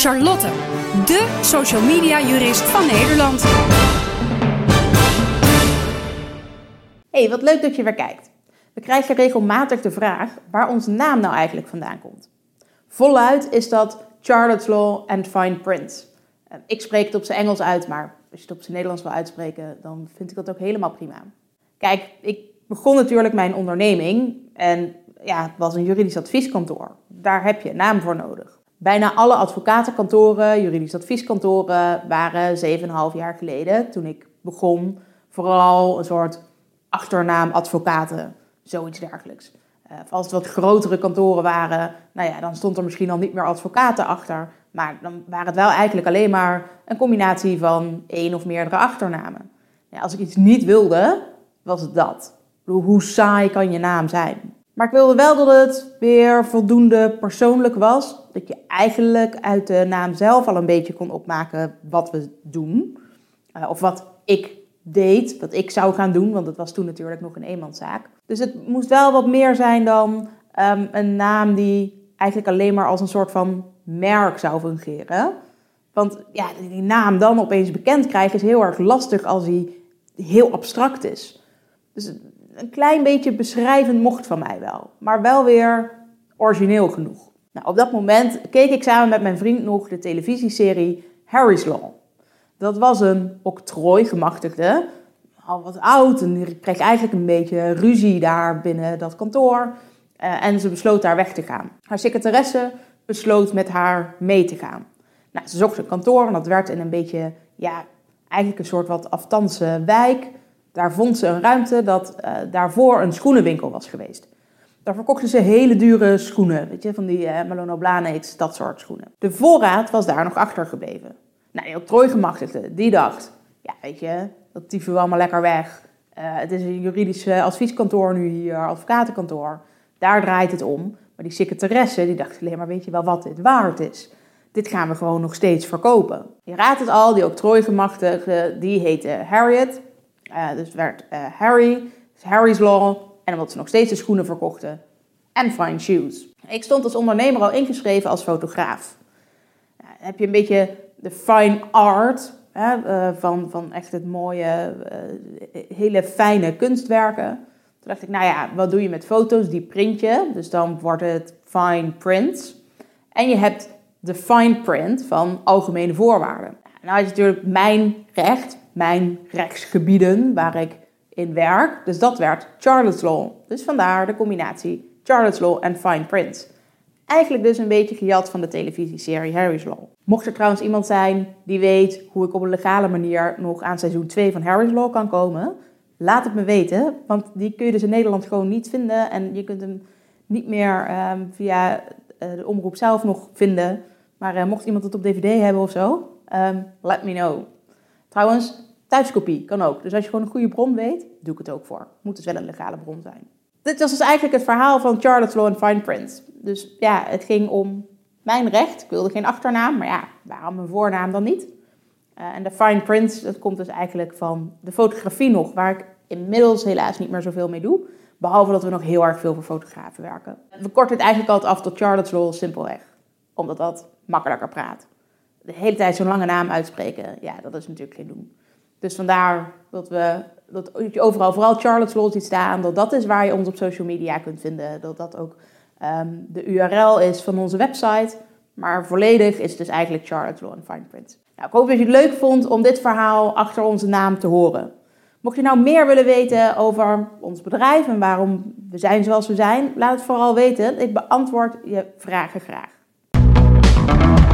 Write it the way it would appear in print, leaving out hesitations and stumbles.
Charlotte, de social media jurist van Nederland. Hey, wat leuk dat je weer kijkt. We krijgen regelmatig de vraag waar onze naam nou eigenlijk vandaan komt. Voluit is dat Charlotte's Law and Fine Print. Ik spreek het op zijn Engels uit, maar als je het op zijn Nederlands wil uitspreken, dan vind ik dat ook helemaal prima. Kijk, ik begon natuurlijk mijn onderneming en het was een juridisch advieskantoor. Daar heb je een naam voor nodig. Bijna alle advocatenkantoren, juridisch advieskantoren waren 7,5 jaar geleden, toen ik begon, vooral een soort achternaam advocaten, zoiets dergelijks. Als het wat grotere kantoren waren, dan stond er misschien al niet meer advocaten achter. Maar dan waren het wel eigenlijk alleen maar een combinatie van 1 of meerdere achternamen. Ja, als ik iets niet wilde, was het dat. Hoe saai kan je naam zijn? Maar ik wilde wel dat het weer voldoende persoonlijk was. Dat je eigenlijk uit de naam zelf al een beetje kon opmaken wat we doen. Of wat ik deed, wat ik zou gaan doen. Want het was toen natuurlijk nog een eenmanszaak. Dus het moest wel wat meer zijn dan een naam die eigenlijk alleen maar als een soort van merk zou fungeren. Want die naam dan opeens bekend krijgen is heel erg lastig als hij heel abstract is. Dus een klein beetje beschrijvend mocht van mij wel. Maar wel weer origineel genoeg. Nou, op dat moment keek ik samen met mijn vriend nog de televisieserie Harry's Law. Dat was een octrooigemachtigde, al wat oud en die kreeg eigenlijk een beetje ruzie daar binnen dat kantoor. En ze besloot daar weg te gaan. Haar secretaresse besloot met haar mee te gaan. Nou, ze zocht een kantoor en dat werd in een beetje, eigenlijk een soort wat afstandse wijk. Daar vond ze een ruimte dat daarvoor een schoenenwinkel was geweest. Daar verkochten ze hele dure schoenen, van die Malone Blahniks, dat soort schoenen. De voorraad was daar nog achtergebleven. Nou, die octrooigemachtigde, die dacht, dat tieven we allemaal lekker weg. Het is een juridisch advieskantoor nu hier, advocatenkantoor. Daar draait het om. Maar die secretaresse, die dacht alleen maar, weet je wel wat dit waard is? Dit gaan we gewoon nog steeds verkopen. Je raadt het al, die octrooigemachtigde, die heette Harriet. Dus het werd Harry, Harry's Law. En omdat ze nog steeds de schoenen verkochten. En fine shoes. Ik stond als ondernemer al ingeschreven als fotograaf. Dan heb je een beetje de fine art van echt het mooie, hele fijne kunstwerken. Toen dacht ik, wat doe je met foto's? Die print je. Dus dan wordt het fine print. En je hebt de fine print van algemene voorwaarden. Nou is natuurlijk mijn rechtsgebieden waar ik in werk. Dus dat werd Charlotte's Law. Dus vandaar de combinatie Charlotte's Law en fine print. Eigenlijk dus een beetje gejat van de televisieserie Harry's Law. Mocht er trouwens iemand zijn die weet hoe ik op een legale manier nog aan seizoen 2 van Harry's Law kan komen, laat het me weten. Want die kun je dus in Nederland gewoon niet vinden. En je kunt hem niet meer via de omroep zelf nog vinden. Maar mocht iemand het op DVD hebben of zo, let me know. Trouwens, thuiskopie kan ook. Dus als je gewoon een goede bron weet, doe ik het ook voor. Moet dus wel een legale bron zijn. Dit was dus eigenlijk het verhaal van Charlotte's Law and Fine Print. Dus het ging om mijn recht. Ik wilde geen achternaam, maar waarom mijn voornaam dan niet? En de fine print, dat komt dus eigenlijk van de fotografie nog, waar ik inmiddels helaas niet meer zoveel mee doe. Behalve dat we nog heel erg veel voor fotografen werken. We korten het eigenlijk altijd af tot Charlotte's Law, simpelweg. Omdat dat makkelijker praat. De hele tijd zo'n lange naam uitspreken, dat is natuurlijk geen doen. Dus vandaar dat je overal vooral Charlotte's Law ziet staan. Dat is waar je ons op social media kunt vinden. Dat ook de URL is van onze website. Maar volledig is het dus eigenlijk Charlotte's Law and Fine Print. Nou, ik hoop dat je het leuk vond om dit verhaal achter onze naam te horen. Mocht je nou meer willen weten over ons bedrijf en waarom we zijn zoals we zijn, laat het vooral weten. Ik beantwoord je vragen graag.